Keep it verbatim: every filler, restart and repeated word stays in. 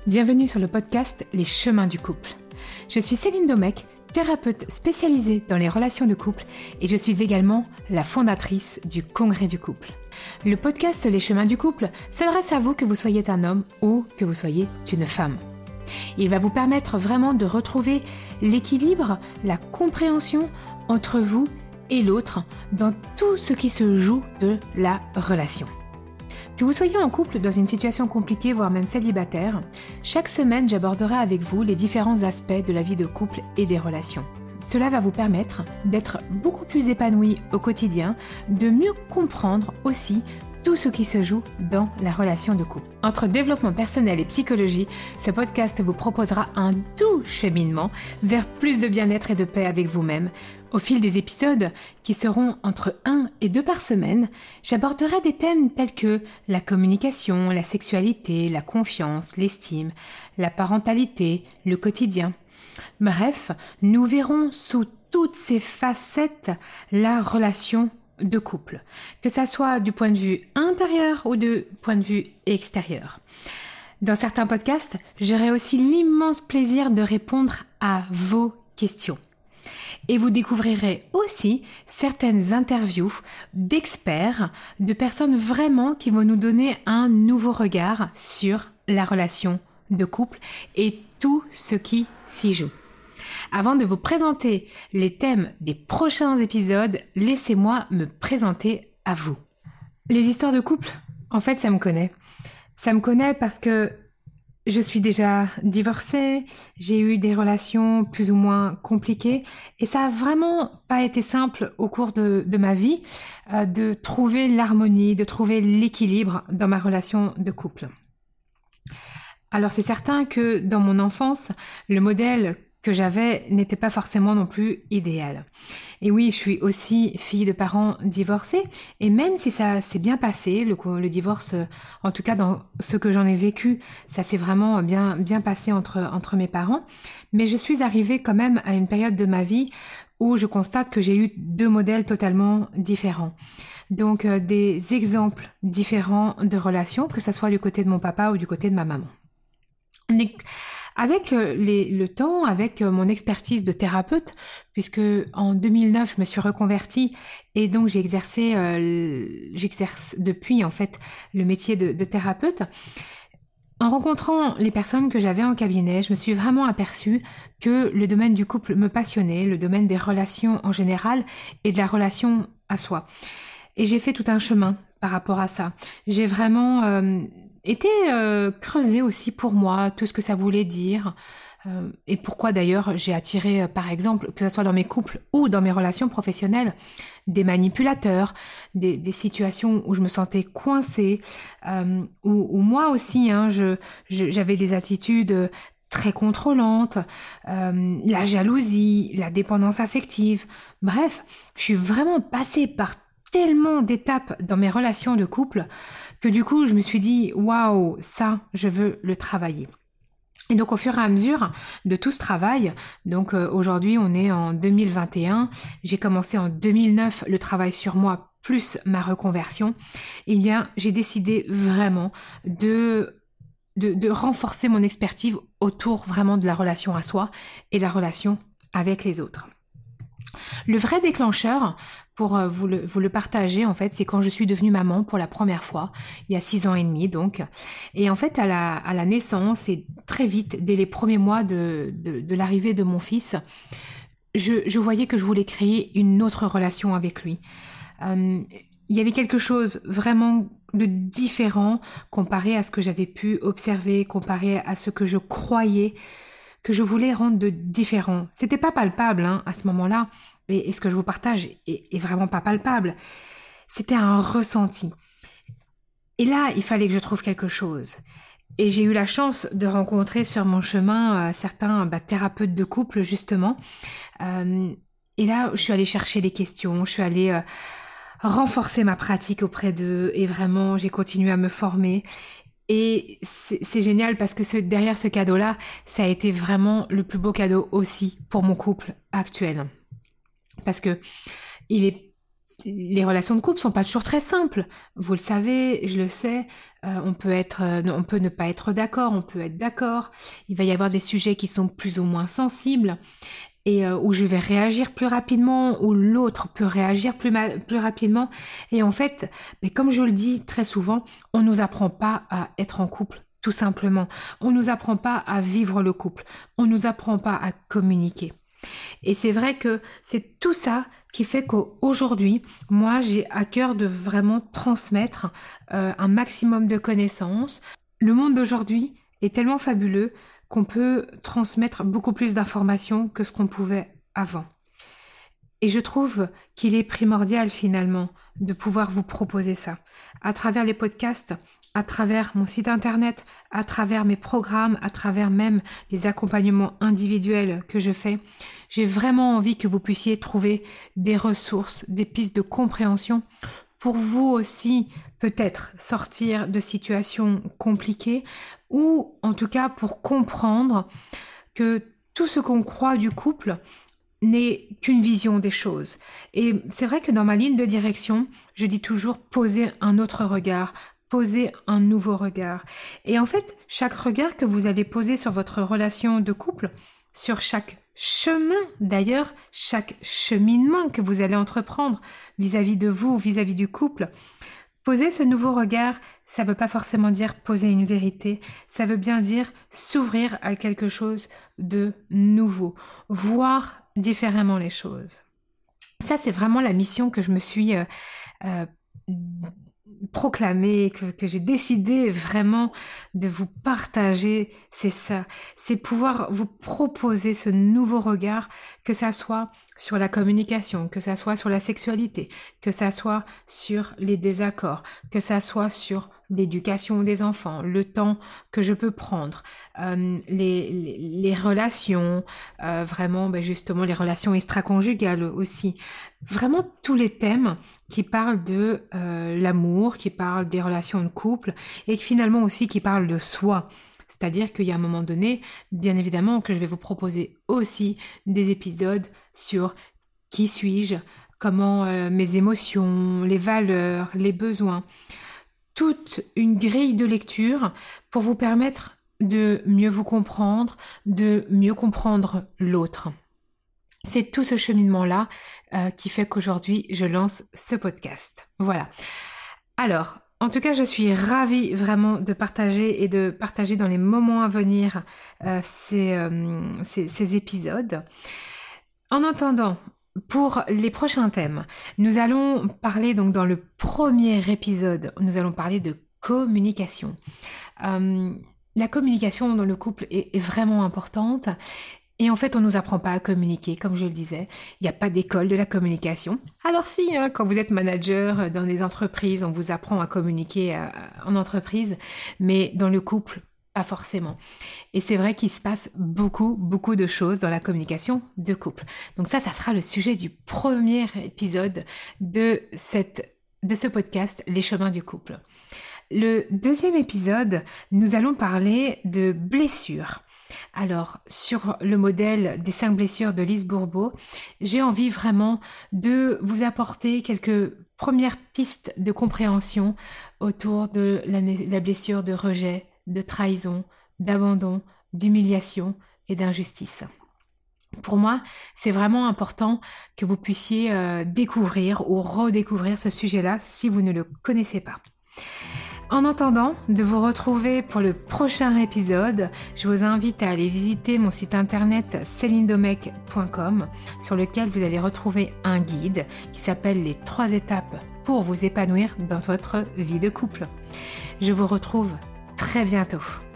Bienvenue sur le podcast Les chemins du couple. Je suis Céline Domecq, thérapeute spécialisée dans les relations de couple et je suis également la fondatrice du Congrès du couple. Le podcast Les chemins du couple s'adresse à vous que vous soyez un homme ou que vous soyez une femme. Il va vous permettre vraiment de retrouver l'équilibre, la compréhension entre vous et l'autre dans tout ce qui se joue de la relation. Que vous soyez en couple dans une situation compliquée, voire même célibataire, chaque semaine j'aborderai avec vous les différents aspects de la vie de couple et des relations. Cela va vous permettre d'être beaucoup plus épanoui au quotidien, de mieux comprendre aussi tout ce qui se joue dans la relation de couple. Entre développement personnel et psychologie, ce podcast vous proposera un doux cheminement vers plus de bien-être et de paix avec vous-même. Au fil des épisodes, qui seront entre un et deux par semaine, j'aborderai des thèmes tels que la communication, la sexualité, la confiance, l'estime, la parentalité, le quotidien. Bref, nous verrons sous toutes ces facettes la relation de couple, que ça soit du point de vue intérieur ou du point de vue extérieur. Dans certains podcasts, j'aurai aussi l'immense plaisir de répondre à vos questions. Et vous découvrirez aussi certaines interviews d'experts, de personnes vraiment qui vont nous donner un nouveau regard sur la relation de couple et tout ce qui s'y joue. Avant de vous présenter les thèmes des prochains épisodes, laissez-moi me présenter à vous. Les histoires de couple, en fait, ça me connaît. Ça me connaît parce que je suis déjà divorcée, j'ai eu des relations plus ou moins compliquées et ça a vraiment pas été simple au cours de, de ma vie euh, de trouver l'harmonie, de trouver l'équilibre dans ma relation de couple. Alors c'est certain que dans mon enfance, le modèle que j'avais n'était pas forcément non plus idéal. Et oui, je suis aussi fille de parents divorcés et même si ça s'est bien passé, le, le divorce, en tout cas dans ce que j'en ai vécu, ça s'est vraiment bien, bien passé entre, entre mes parents, mais je suis arrivée quand même à une période de ma vie où je constate que j'ai eu deux modèles totalement différents. Donc euh, des exemples différents de relations, que ce soit du côté de mon papa ou du côté de ma maman. Donc, avec les, le temps, avec mon expertise de thérapeute, puisque en deux mille neuf, je me suis reconvertie et donc j'ai exercé, euh, j'exerce depuis en fait le métier de, de thérapeute. En rencontrant les personnes que j'avais en cabinet, je me suis vraiment aperçue que le domaine du couple me passionnait, le domaine des relations en général et de la relation à soi. Et j'ai fait tout un chemin par rapport à ça. J'ai vraiment euh, été euh, creusée aussi pour moi, tout ce que ça voulait dire. Euh, et pourquoi d'ailleurs j'ai attiré, euh, par exemple, que ce soit dans mes couples ou dans mes relations professionnelles, des manipulateurs, des, des situations où je me sentais coincée, euh, où, où moi aussi, hein, je, je, j'avais des attitudes très contrôlantes, euh, la jalousie, la dépendance affective. Bref, je suis vraiment passée par tellement d'étapes dans mes relations de couple que du coup, je me suis dit, waouh, ça, je veux le travailler. Et donc, au fur et à mesure de tout ce travail, donc euh, aujourd'hui, on est en deux mille vingt et un, j'ai commencé en deux mille neuf le travail sur moi plus ma reconversion, eh bien, j'ai décidé vraiment de, de, de renforcer mon expertise autour vraiment de la relation à soi et de la relation avec les autres. Le vrai déclencheur, pour vous le, vous le partager, en fait, c'est quand je suis devenue maman pour la première fois, il y a six ans et demi, donc. Et en fait, à la, à la naissance, et très vite, dès les premiers mois de, de, de l'arrivée de mon fils, je, je voyais que je voulais créer une autre relation avec lui. Euh, il y avait quelque chose vraiment de différent comparé à ce que j'avais pu observer, comparé à ce que je croyais que je voulais rendre de différent. C'était pas palpable hein, à ce moment-là, et, et ce que je vous partage est, est vraiment pas palpable. C'était un ressenti. Et là, il fallait que je trouve quelque chose. Et j'ai eu la chance de rencontrer sur mon chemin euh, certains bah, thérapeutes de couple, justement. Euh, et là, je suis allée chercher les questions, je suis allée euh, renforcer ma pratique auprès d'eux, et vraiment, j'ai continué à me former. Et c'est, c'est génial parce que ce, derrière ce cadeau-là, ça a été vraiment le plus beau cadeau aussi pour mon couple actuel. Parce que il est les relations de couple sont pas toujours très simples. Vous le savez, je le sais, euh, on peut être, euh, on peut ne pas être d'accord, on peut être d'accord. Il va y avoir des sujets qui sont plus ou moins sensibles et euh, où je vais réagir plus rapidement, où l'autre peut réagir plus, ma- plus rapidement. Et en fait, mais comme je le dis très souvent, on nous apprend pas à être en couple, tout simplement. On nous apprend pas à vivre le couple. On nous apprend pas à communiquer. Et c'est vrai que c'est tout ça qui fait qu'aujourd'hui, moi, j'ai à cœur de vraiment transmettre euh, un maximum de connaissances. Le monde d'aujourd'hui est tellement fabuleux qu'on peut transmettre beaucoup plus d'informations que ce qu'on pouvait avant. Et je trouve qu'il est primordial finalement de pouvoir vous proposer ça. À travers les podcasts, à travers mon site internet, à travers mes programmes, à travers même les accompagnements individuels que je fais, j'ai vraiment envie que vous puissiez trouver des ressources, des pistes de compréhension pour vous aussi peut-être sortir de situations compliquées ou en tout cas pour comprendre que tout ce qu'on croit du couple n'est qu'une vision des choses. Et c'est vrai que dans ma ligne de direction, je dis toujours poser un autre regard, poser un nouveau regard. Et en fait, chaque regard que vous allez poser sur votre relation de couple, sur chaque chemin d'ailleurs, chaque cheminement que vous allez entreprendre vis-à-vis de vous, vis-à-vis du couple, poser ce nouveau regard, ça ne veut pas forcément dire poser une vérité, ça veut bien dire s'ouvrir à quelque chose de nouveau, voir différemment les choses. Ça, c'est vraiment la mission que je me suis euh, euh, proclamée, que, que j'ai décidé vraiment de vous partager. C'est ça, c'est pouvoir vous proposer ce nouveau regard, que ça soit sur la communication, que ça soit sur la sexualité, que ça soit sur les désaccords, que ça soit sur l'éducation des enfants, le temps que je peux prendre, euh, les, les, les relations, euh, vraiment ben justement les relations extra-conjugales aussi. Vraiment tous les thèmes qui parlent de euh, l'amour, qui parlent des relations de couple et finalement aussi qui parlent de soi. C'est-à-dire qu'il y a un moment donné, bien évidemment, que je vais vous proposer aussi des épisodes sur qui suis-je, comment euh, mes émotions, les valeurs, les besoins, toute une grille de lecture pour vous permettre de mieux vous comprendre, de mieux comprendre l'autre. C'est tout ce cheminement-là euh, qui fait qu'aujourd'hui, je lance ce podcast. Voilà. Alors, en tout cas, je suis ravie vraiment de partager et de partager dans les moments à venir euh, ces, euh, ces, ces épisodes. En attendant, pour les prochains thèmes, nous allons parler donc dans le premier épisode, nous allons parler de communication. Euh, la communication dans le couple est, est vraiment importante. Et en fait, on ne nous apprend pas à communiquer, comme je le disais. Il n'y a pas d'école de la communication. Alors si, hein, quand vous êtes manager dans des entreprises, on vous apprend à communiquer euh, en entreprise, mais dans le couple, pas forcément. Et c'est vrai qu'il se passe beaucoup, beaucoup de choses dans la communication de couple. Donc ça, ça sera le sujet du premier épisode de, cette, de ce podcast, Les chemins du couple. Le deuxième épisode, nous allons parler de blessures. Alors, sur le modèle des cinq blessures de Lise Bourbeau, j'ai envie vraiment de vous apporter quelques premières pistes de compréhension autour de la, la blessure de rejet, de trahison, d'abandon, d'humiliation et d'injustice. Pour moi, c'est vraiment important que vous puissiez euh, découvrir ou redécouvrir ce sujet-là si vous ne le connaissez pas. En attendant de vous retrouver pour le prochain épisode, je vous invite à aller visiter mon site internet celine domecq point com sur lequel vous allez retrouver un guide qui s'appelle les trois étapes pour vous épanouir dans votre vie de couple. Je vous retrouve très bientôt.